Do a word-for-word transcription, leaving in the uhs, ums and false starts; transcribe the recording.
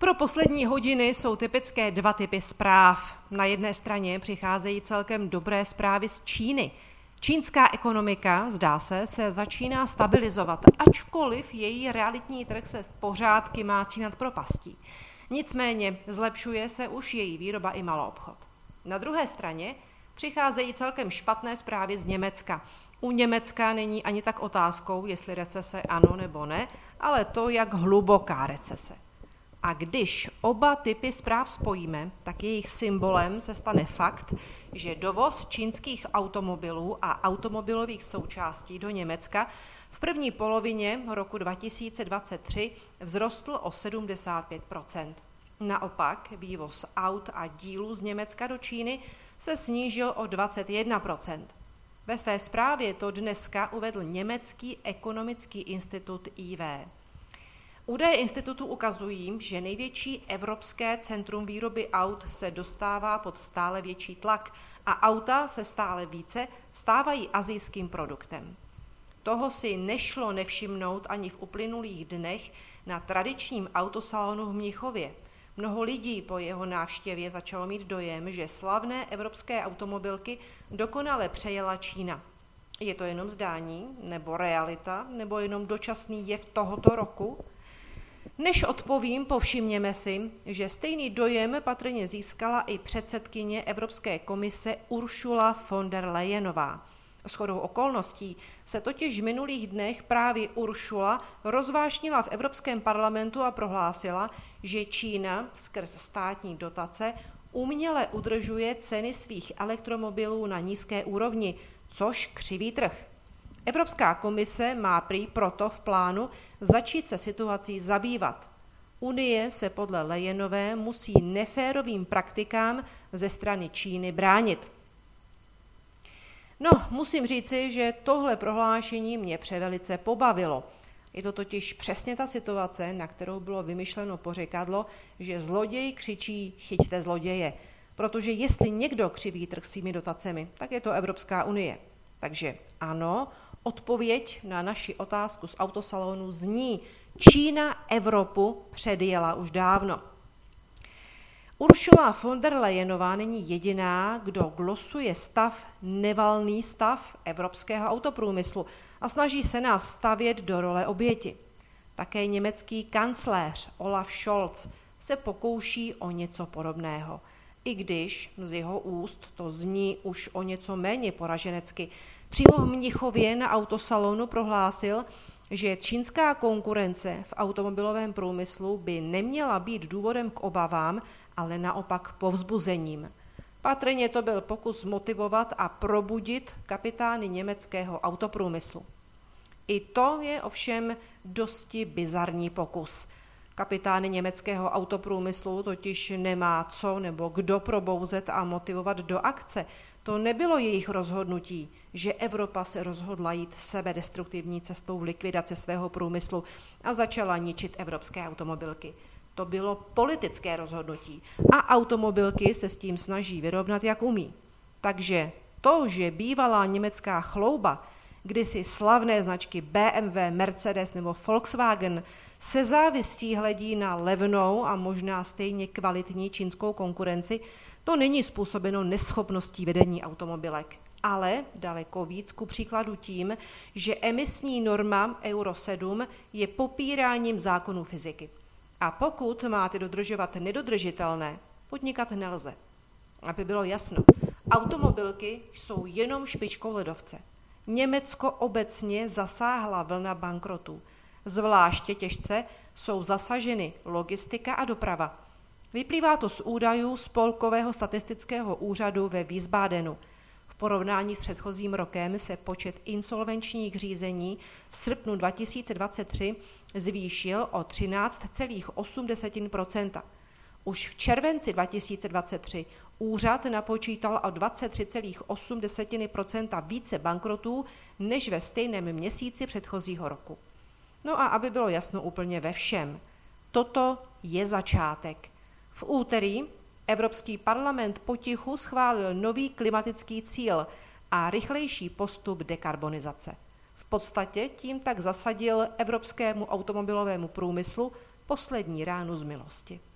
Pro poslední hodiny jsou typické dva typy zpráv. Na jedné straně přicházejí celkem dobré zprávy z Číny. Čínská ekonomika, zdá se, se začíná stabilizovat, ačkoliv její realitní trh se pořád kymácí nad propastí. Nicméně zlepšuje se už její výroba i maloobchod. Na druhé straně přicházejí celkem špatné zprávy z Německa. U Německa není ani tak otázkou, jestli recese ano nebo ne, ale to, jak hluboká recese. A když oba typy zpráv spojíme, tak jejich symbolem se stane fakt, že dovoz čínských automobilů a automobilových součástí do Německa v první polovině roku dva tisíce dvacet tři vzrostl o sedmdesát pět procent. Naopak vývoz aut a dílů z Německa do Číny se snížil o dvacet jedna procent. Ve své zprávě to dneska uvedl Německý ekonomický institut I W. Údaje institutu ukazují, že největší evropské centrum výroby aut se dostává pod stále větší tlak a auta se stále více stávají asijským produktem. Toho si nešlo nevšimnout ani v uplynulých dnech na tradičním autosalonu v Mnichově. Mnoho lidí po jeho návštěvě začalo mít dojem, že slavné evropské automobilky dokonale přejela Čína. Je to jenom zdání, nebo realita, nebo jenom dočasný jev tohoto roku? Než odpovím, povšimněme si, že stejný dojem patrně získala i předsedkyně Evropské komise Ursula von der Leyenová. Shodou okolností se totiž v minulých dnech právě Ursula rozvášnila v Evropském parlamentu a prohlásila, že Čína skrz státní dotace uměle udržuje ceny svých elektromobilů na nízké úrovni, což křiví trh. Evropská komise má prý proto v plánu začít se situací zabývat. Unie se podle Leyenové musí neférovým praktikám ze strany Číny bránit. No, musím říci, že tohle prohlášení mě převelice pobavilo. Je to totiž přesně ta situace, na kterou bylo vymyšleno pořekadlo, že zloděj křičí chyťte zloděje. Protože jestli někdo křiví trh svými dotacemi, tak je to Evropská unie. Takže ano, odpověď na naši otázku z autosalonu zní: Čína Evropu předjela už dávno. Ursula von der Leyenová není jediná, kdo glosuje stav, nevalný stav evropského autoprůmyslu a snaží se nás stavět do role oběti. Také německý kancléř Olaf Scholz se pokouší o něco podobného. I když z jeho úst to zní už o něco méně poraženecky. Přímo v Mnichově na autosalonu prohlásil, že čínská konkurence v automobilovém průmyslu by neměla být důvodem k obavám, ale naopak povzbuzením. Patrně to byl pokus motivovat a probudit kapitány německého autoprůmyslu. I to je ovšem dosti bizarní pokus. Kapitány německého autoprůmyslu totiž nemá co nebo kdo probouzet a motivovat do akce. To nebylo jejich rozhodnutí, že Evropa se rozhodla jít sebedestruktivní cestou v likvidaci svého průmyslu a začala ničit evropské automobilky. To bylo politické rozhodnutí a automobilky se s tím snaží vyrovnat, jak umí. Takže to, že bývalá německá chlouba, kdysi slavné značky B M W, Mercedes nebo Volkswagen, se závistí hledí na levnou a možná stejně kvalitní čínskou konkurenci, to není způsobeno neschopností vedení automobilek, ale daleko víc ku příkladu tím, že emisní norma Euro sedm je popíráním zákonů fyziky. A pokud máte dodržovat nedodržitelné, podnikat nelze. Aby bylo jasno, automobilky jsou jenom špičkou ledovce. Německo obecně zasáhla vlna bankrotů. Zvláště těžce jsou zasaženy logistika a doprava. Vyplývá to z údajů Spolkového statistického úřadu ve Wiesbadenu. V porovnání s předchozím rokem se počet insolvenčních řízení v srpnu dva tisíce dvacet tři zvýšil o třináct celá osm procenta. Už v červenci dva tisíce dvacet tři úřad napočítal o dvacet tři celá osm procenta více bankrotů než ve stejném měsíci předchozího roku. No a aby bylo jasno úplně ve všem, toto je začátek. V úterý Evropský parlament potichu schválil nový klimatický cíl a rychlejší postup dekarbonizace. V podstatě tím tak zasadil evropskému automobilovému průmyslu poslední ránu z milosti.